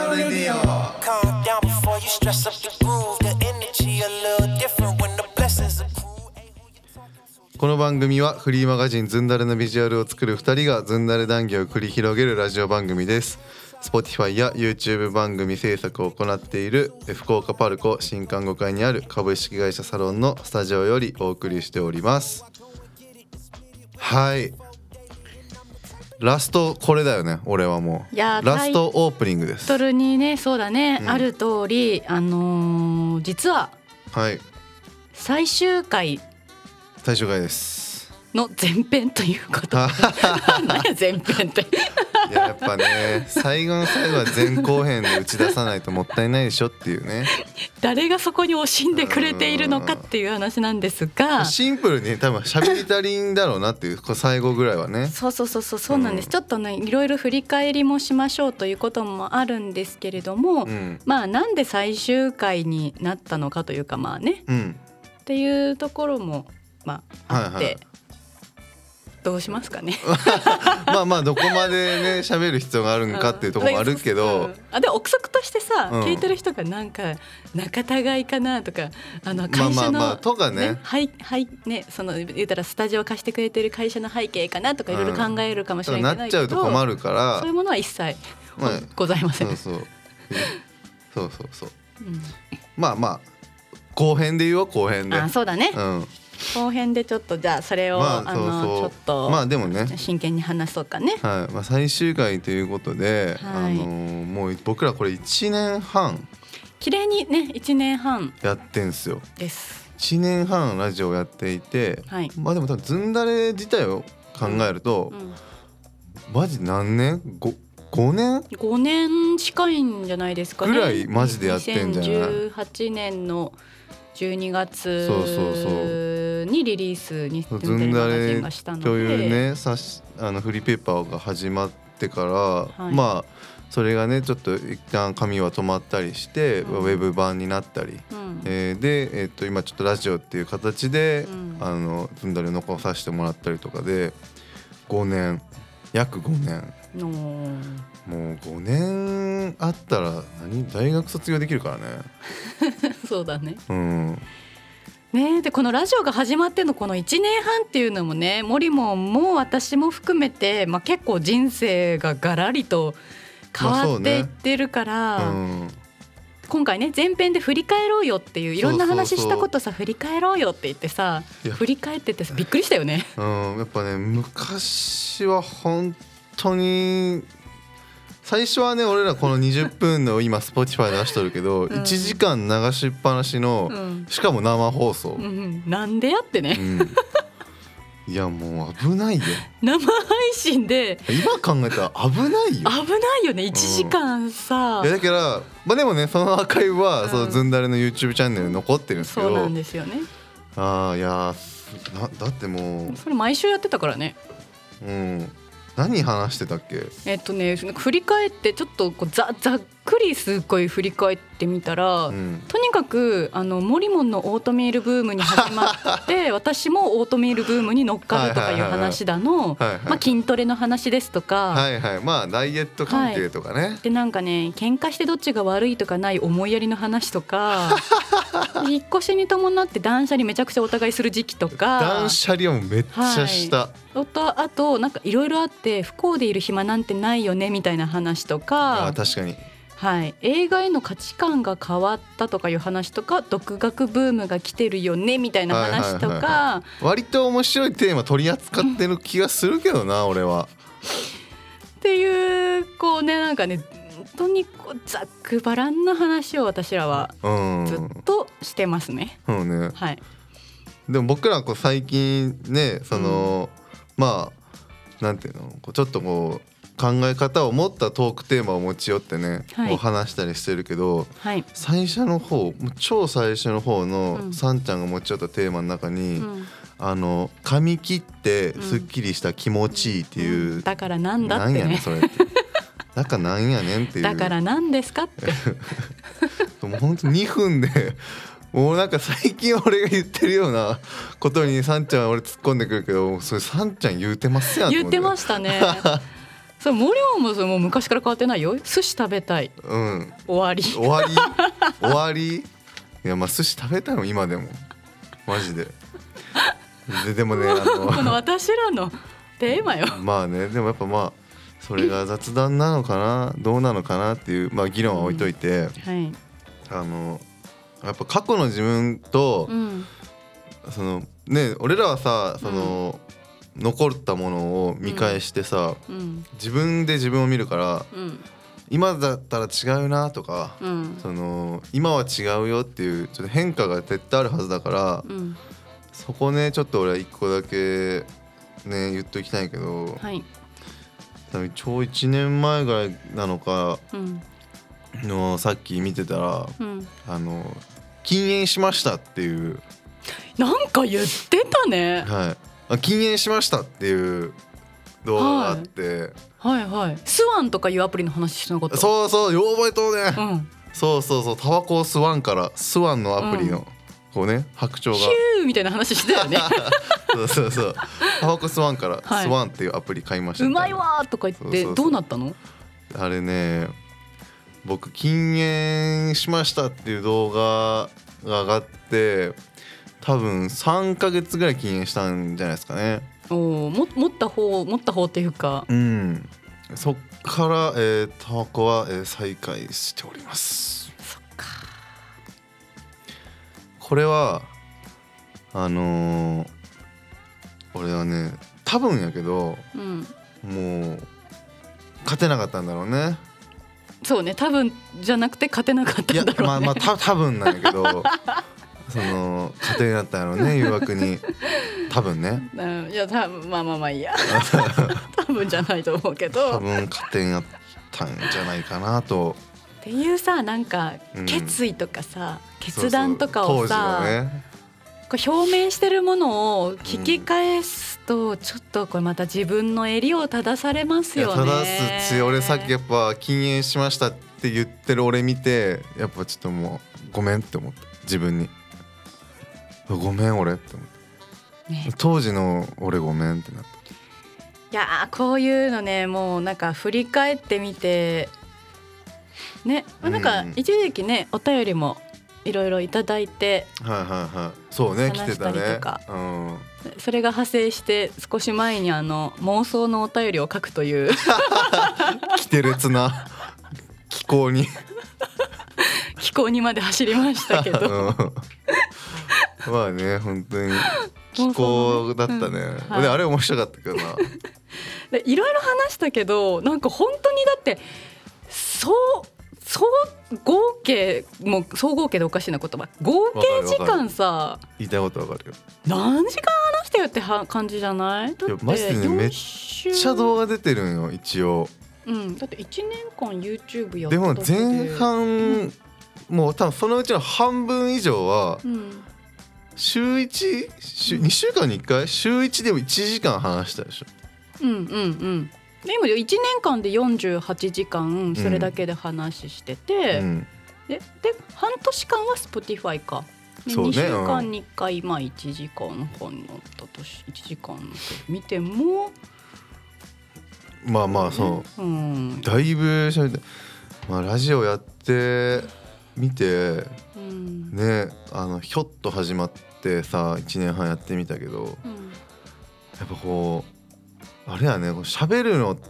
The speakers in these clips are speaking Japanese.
レディオ Calm down before you stress up the groove The energy a little different when the blessings accrue この番組はフリーマガジンズンダレのビジュアルを作る2人がズンダレ談義を繰り広げるラジオ番組です。 Spotify や YouTube 番組制作を行っている福岡パルコ新看護会にある株式会社サロンのスタジオよりお送りしております。はい、ラストこれだよね。俺はもうラストオープニングです。 タイトルにね、そうだね、ある通り実は最終回ですの前編ということで何や前編っていや、やっぱね、最後の最後は前後編で打ち出さないともったいないでしょっていうね。 誰がそこに惜しんでくれているのかっていう話なんですが、 シンプルに多分喋り足りんだろうなっていう最後ぐらいはね。 そうなんです、ちょっとねいろいろ振り返りもしましょうということもあるんですけれども、まあなんで最終回になったのかというか、まあね、っていうところもまああって、どうしますかねまあどこまでね喋る必要があるんかっていうところもあるけど、 でも憶測としてさ、聞いてる人がなんか仲違いかなとか、会社のとかね、 その言ったらスタジオ貸してくれてる会社の背景かなとかいろいろ考えるかもしれないけど、 なっちゃうと困るから、 そういうものは一切ございません。 そう、まあ後編で言おう、後編で。 そうだね、後編でちょっとじゃあそれを、ちょっとでもね真剣に話そうかね。 最終回ということで、もう僕らこれ1年半綺麗にね1年半やってんすよ。 です。 1年半ラジオやっていて、でも多分ズンダレ自体を考えると、マジ何年5 年近いんじゃないですかね。 ぐらいマジでやってんじゃない。 2018年の12月にリリースにズンダレというねフリーペーパーが始まってから、まあそれがねちょっと一旦紙は止まったりして、ウェブ版になったり、で、今ちょっとラジオっていう形で、ズンダレ残させてもらったりとかで約5年もう5年あったら大学卒業できるからねそうだね。ね、でこのラジオが始まってのこの1年半っていうのもね、モリモンも私も含めて、結構人生がガラリと変わっていってるから、今回ね前編で振り返ろうよっていういろんな話したことさ、振り返ろうよって言ってさ、振り返っててびっくりしたよね。 やっぱね昔は本当に最初はね、俺らこの20分の今 Spotify 出しとるけど、1時間流しっぱなしの、しかも生放送、 なんでやってね、 いやもう危ないよ生配信で。 今考えたら危ないよね、1時間さ、 いやだから、でもねそのアーカイブは、そのズンダレの YouTube チャンネルに残ってるんですけど。 そうなんですよね。 いやだってもうそれ毎週やってたからね。 何話してたっけ。 振り返ってちょっとこうざっくりすっごい振り返ってみたら、とにかくモリモンのオートミールブームに始まって私もオートミールブームに乗っかるとかいう話だの、筋トレの話ですとか、ダイエット関係とかね、 でなんかね喧嘩してどっちが悪いとかない思いやりの話とか引っ越しに伴って断捨離めちゃくちゃお互いする時期とか。 断捨離はもうめっちゃした、 あとなんかいろいろあって不幸でいる暇なんてないよねみたいな話とか。 確かに、 映画への価値観が変わったとかいう話とか、独学ブームが来てるよねみたいな話とか、 割と面白いテーマ取り扱ってる気がするけどな俺は。 っていうこうね、なんかね本当にこうざっくばらんな話を私らはずっとしてますね。 でも僕らこう最近ねなんていうの、ちょっとこう考え方を持ったトークテーマを持ち寄ってね、話したりしてるけど、最初の方、超最初の方のさんちゃんが持ち寄ったテーマの中に、髪切ってすっきりした気持ちいいっていう、 だからなんだってね、 なんやねんそれってだからなんやねんっていう、 だからなんですかってもうほんと2分でもうなんか最近俺が言ってるようなことにさんちゃんは俺突っ込んでくるけど、それさんちゃん言うてますやん。 言ってましたねそう森ももう昔から変わってないよ。寿司食べたい、 うん、 終わり終わりいやまあ寿司食べたいの今でもマジででもねこの私らのテーマよまあねでもやっぱまあそれが雑談なのかなどうなのかなっていう、まあ、議論は置いといて、 はい、 やっぱ過去の自分と、そのね俺らはさ残ったものを見返してさ、自分で自分を見るから、今だったら違うなとか、今は違うよっていうちょっと変化が絶対あるはずだから、そこねちょっと俺は一個だけね言っときたいけど、 はい、 ちょう1年前ぐらいなのかのさっき見てたら、禁煙しましたっていうなんか言ってたね。 はい、禁煙しましたっていう動画があって、 はいはい、スワンとかいうアプリの話してなかった？ そうそうよう覚えとうね、そうタバコを吸わんからスワンのアプリの、こうね白鳥がヒューみたいな話してたよねそうタバコ吸わんからスワンっていうアプリ買いました、 うまいわーとか言ってどうなったの？ あれね僕禁煙しましたっていう動画が上がって多分3ヶ月ぐらい禁煙したんじゃないですかね。 持った方っていうか、 そっからタバコは再開しております。 そっか。 これは俺はね多分やけど、もう勝てなかったんだろうね。 そうね多分じゃなくて勝てなかったんだろうね。いやまあ多分なんやけど勝てになったんやろうね誘惑に多分ね。 いやまあいいや多分じゃないと思うけど多分勝てになったんじゃないかなと。 っていうさなんか決意とかさ、決断とかをさ、こう表明してるものを聞き返すと、ちょっとこれまた自分の襟を正されますよね。 正すし俺さっきやっぱ禁煙しましたって言ってる俺見てやっぱちょっともうごめんって思った自分に。ごめん俺って思った、ね、当時の俺ごめんってなった。 いやこういうのねもうなんか振り返ってみてね、なんか一時期ねお便りもいろいろいただいて、 そうね来てたね、 それが派生して少し前に妄想のお便りを書くという奇て烈な気候にまで走りましたけど、 まあね本当に気候だったね、であれ面白かったけどないろいろ話したけどなんか本当にだって総合計もう総合計でおかしいな言葉合計時間さ言いたいことわかるよ。 何時間話したよって感じじゃない？だってマジでねめっちゃ動画出てるんよ一応。 だって1年間 YouTube やったでも前半、もう多分そのうちの半分以上は、週1、2週間に1回週1でも1時間話したでしょ。 で今1年間で48時間それだけで話してて、で半年間は Spotify か、2週間に1回、1時間半だったとし1時間見てもまあそう、だいぶ喋って、ラジオやってみて、ねひょっと始まってさ1年半やってみたけど、やっぱこうあれやね喋るのって、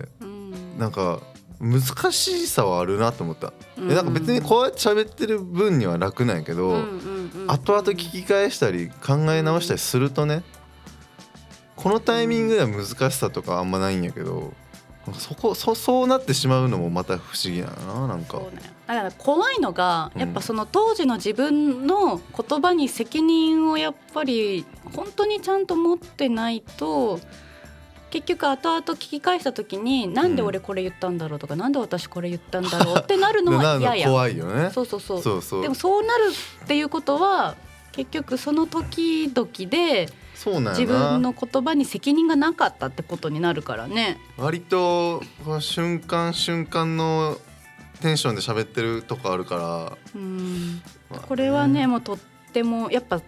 なんか難しさはあるなと思った。なんか別にこうやって喋ってる分には楽なんやけど、後々聞き返したり考え直したりするとね、このタイミングでは難しさとかあんまないんやけど、そうなってしまうのもまた不思議なのなんか。 だから怖いのがやっぱその当時の自分の言葉に責任をやっぱり本当にちゃんと持ってないと、結局後々聞き返した時になんで俺これ言ったんだろうとか、なんで私これ言ったんだろうってなるのは嫌や怖いよね。 そうでもそうなるっていうことは結局その時々で自分の言葉に責任がなかったってことになるからね。 割と瞬間瞬間のテンションで喋ってるとこあるから、 これはねもうとってもやっぱ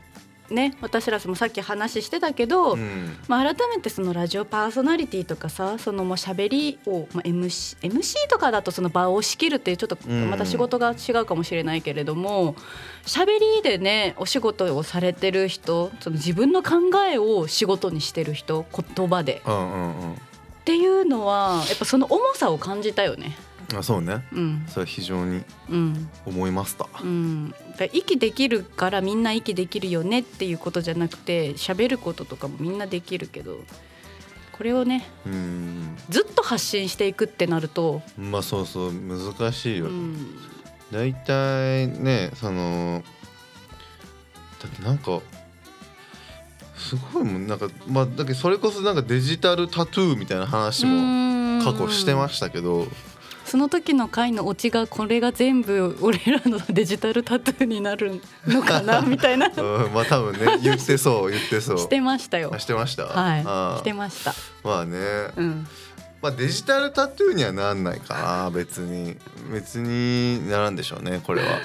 ね私らもさっき話してたけど、まあ、改めてそのラジオパーソナリティとかさそのもう喋りを、まあ、MC とかだとその場を仕切るっていうちょっとまた仕事が違うかもしれないけれども、喋りでねお仕事をされてる人その自分の考えを仕事にしてる人言葉で、っていうのはやっぱその重さを感じたよね。 あそうね、それは非常に思いました、 だ息できるからみんな息できるよねっていうことじゃなくて喋ることとかもみんなできるけどこれをねずっと発信していくってなるとまあそうそう難しいよ、だいたいねそのだってなんかすごいもんなんかまあだけどそれこそなんかデジタルタトゥーみたいな話も過去してましたけどその時の回のオチがこれが全部俺らのデジタルタトゥーになるのかなみたいなまあ多分ね言ってそうしてましたよ。 してました、 はいしてました。 まあね、まあデジタルタトゥーにはなんないかな別にならんでしょうねこれは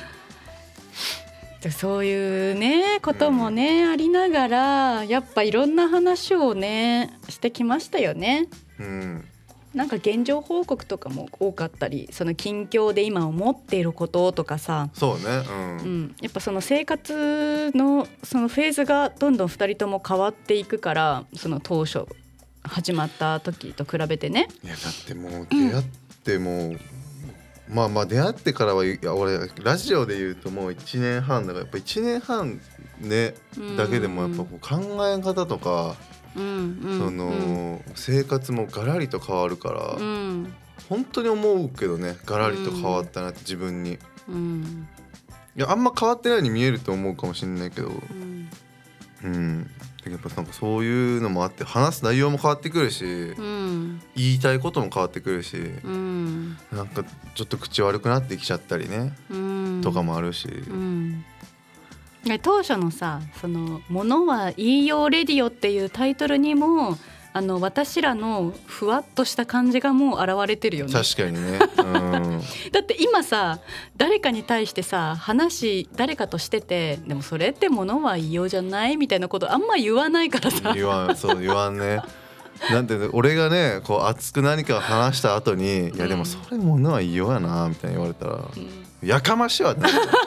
そういうねこともね、ありながらやっぱいろんな話をねしてきましたよね。なんか現状報告とかも多かったりその近況で今思っていることとかさそうね、 やっぱその生活のそのフェーズがどんどん2人とも変わっていくからその当初始まった時と比べてね。 いやだってもう出会っても、まあ出会ってからはいや俺ラジオで言うともう1年半だからやっぱ1年半ねだけでもやっぱこう考え方とかその生活もガラリと変わるから、本当に思うけどねガラリと変わったなって自分に、いやあんま変わってないように見えると思うかもしれないけど、やっぱなんかそういうのもあって話す内容も変わってくるし、言いたいことも変わってくるし、なんかちょっと口悪くなってきちゃったりね、とかもあるし、 当初のさそのものは言いようレディオっていうタイトルにも私らのふわっとした感じがもう現れてるよね。 確かにね、 だって今さ誰かに対してさ誰かとしててでもそれってものは言いようじゃないみたいなことあんま言わないからさ言わんねなんて俺がねこう熱く何かを話した後に、いやでもそれものは言いようやなみたいに言われたら、やかましいわって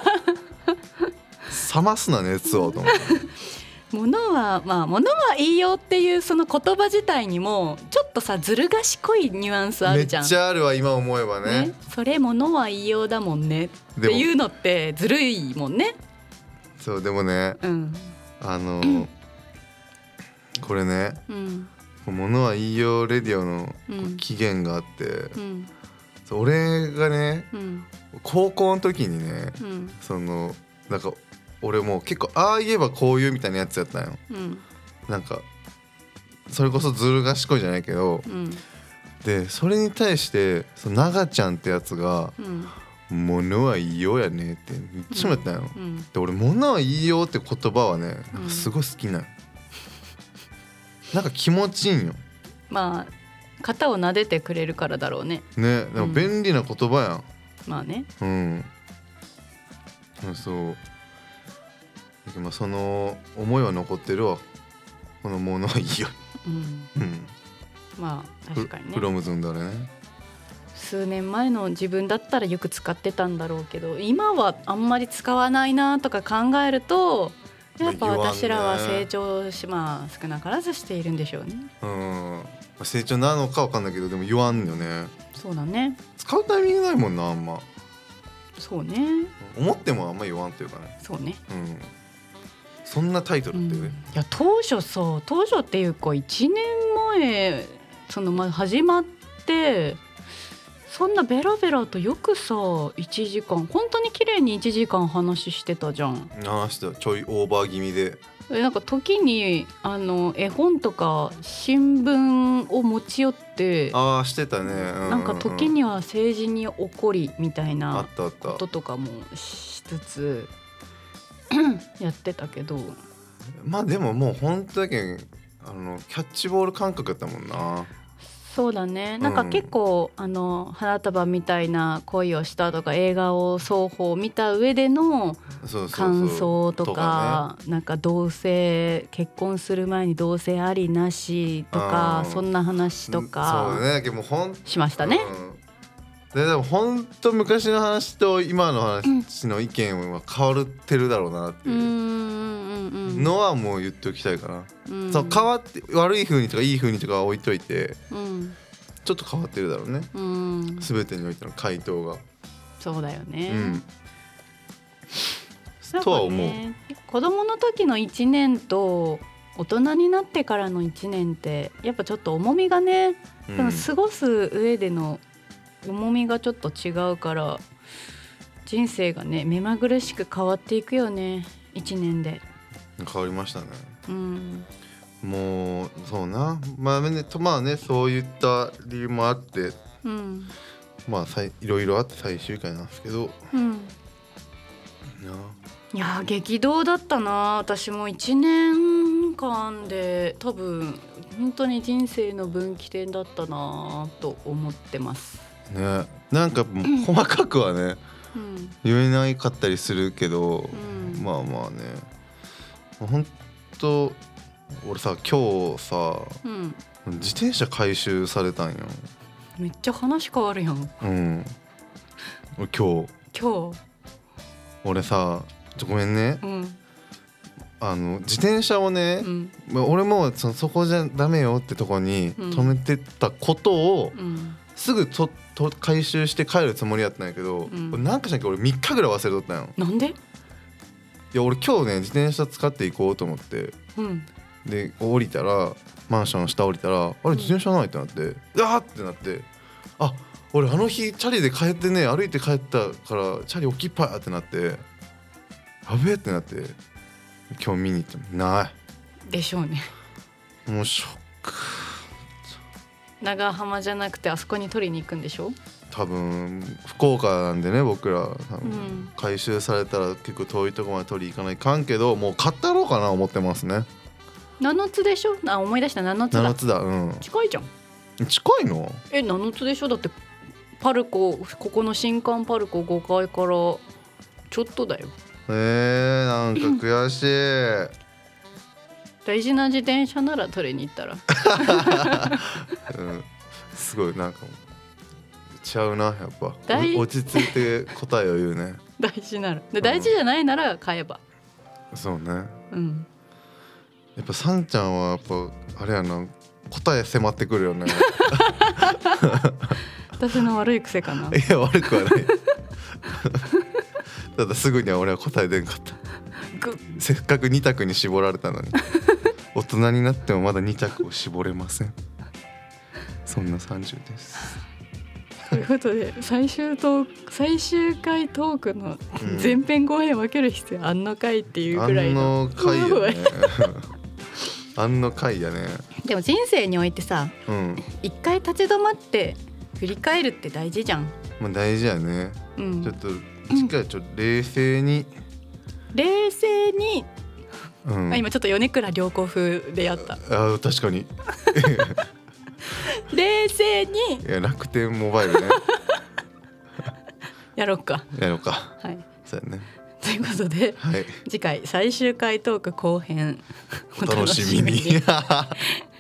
冷ますな熱をと思って物は言いようっていうその言葉自体にもちょっとさずる賢いニュアンスあるじゃん。 めっちゃあるわ今思えば ねそれ物は言いようだもんねっていうのってずるいもんね。 そうでもね、これね、物は言いようレディオの期限があって、俺がね、高校の時にね、そのなんか俺も結構ああ言えばこう言うみたいなやつやったんよ、なんかそれこそずる賢いじゃないけど、でそれに対してその長ちゃんってやつが、物は言いようやねってめっちゃ言ったんよ、で俺物は言いようって言葉はねなんかすごい好きなんよ、なんか気持ちいいんよ。 まあ肩を撫でてくれるからだろうね。 ね、でも便利な言葉やん。 まあね。 そうまあその思いは残ってるわ。このものはいいよ。 まあ確かにね。 フロムズンだね。 数年前の自分だったらよく使ってたんだろうけど、今はあんまり使わないなとか考えると、やっぱ私らは成長し少なからずしているんでしょうね。 成長なのかわかんないけど、でも言わんよね。 そうだね。 使うタイミングないもんなあんま。 そうね。 思ってもあんま言わんというかね。 そうね。 そんなタイトルってね、 いや当初っていうか1年前始まってそんなベラベラとよくさ1時間本当に綺麗に1時間話してたじゃん。 話してた。ちょいオーバー気味でなんか時に絵本とか新聞を持ち寄ってしてたね、 なんか時には政治に起こりみたいなこととかもしつつやってたけど、 まあでももう本当だけキャッチボール感覚だったもんな。 そうだね。なんか結構、花束みたいな恋をしたとか映画を双方見た上での感想とか、なんか同棲結婚する前に同棲ありなしとか、そんな話とかそうね、もうしましたね。 でも本当昔の話と今の話の意見は変わってるだろうなっていうのはもう言っておきたいかな。そう変わって悪い風にとかいい風にとかは置いといて、ちょっと変わってるだろうね。全てにおいての回答が。 そうだよね。 とは思う。 子供の時の1年と大人になってからの1年ってやっぱちょっと重みがね、でも過ごす上での重みがちょっと違うから人生がね目まぐるしく変わっていくよね。1年で変わりましたね。もうそうな、まあねそういった理由もあって、まあいろいろあって最終回なんですけど、 いや激動だったな。私も1年間で多分本当に人生の分岐点だったなと思ってますね。なんか細かくはね、言えないかったりするけど、まあまあね、本当俺さ今日さ、自転車回収されたんよ。 めっちゃ話変わるやん。 今日俺さごめんね、自転車をね、俺もそこじゃダメよってとこに止めてたことを、すぐ回収して帰るつもりやったんやけど、なんかしなきゃ俺3日ぐらい忘れとったんよ。 なんで？ いや俺今日ね自転車使っていこうと思って、で降りたらマンション下降りたらあれ自転車ないってなって、あーってなって、あ俺あの日チャリで帰ってね歩いて帰ったからチャリ置きっぱやってなって、やべえってなって、今日見に行ってもないでしょうね。 もうショック。 長浜じゃなくてあそこに取りに行くんでしょ。 多分福岡なんでね僕ら、回収されたら結構遠いとこまで取り行かないかんけど、もう買ったろうかな思ってますね。 七津でしょ。思い出した。七津だ。 七津だ。 近いじゃん。近いの？ 七津でしょ。だってパルコ、ここの新館パルコ5階からちょっとだよ。 なんか悔しい大事な自転車なら取りに行ったら、 すごいなんかちゃうな、やっぱ落ち着いて答えを言うね。 大事ならで、大事じゃないなら買えば、 そうね。やっぱさんちゃんはやっぱあれやな、答え迫ってくるよね。 私の悪い癖かな。 いや悪くはないただすぐには俺は答え出んかった。せっかく2択に絞られたのに大人になってもまだ2択を絞れません。そんな30です。 ということで最終回トークの前編後編分ける必要あんの回っていうぐらいの回やね。あんの回やね。でも人生においてさ、一回立ち止まって振り返るって大事じゃん。 まあ大事やね。ちょっと一回冷静に、 今ちょっと米倉涼子風でやった。 確かに冷静に。 いや楽天モバイルね。 やろうか。 はい。そうやね。 ということで、次回最終回トーク後編お楽しみに。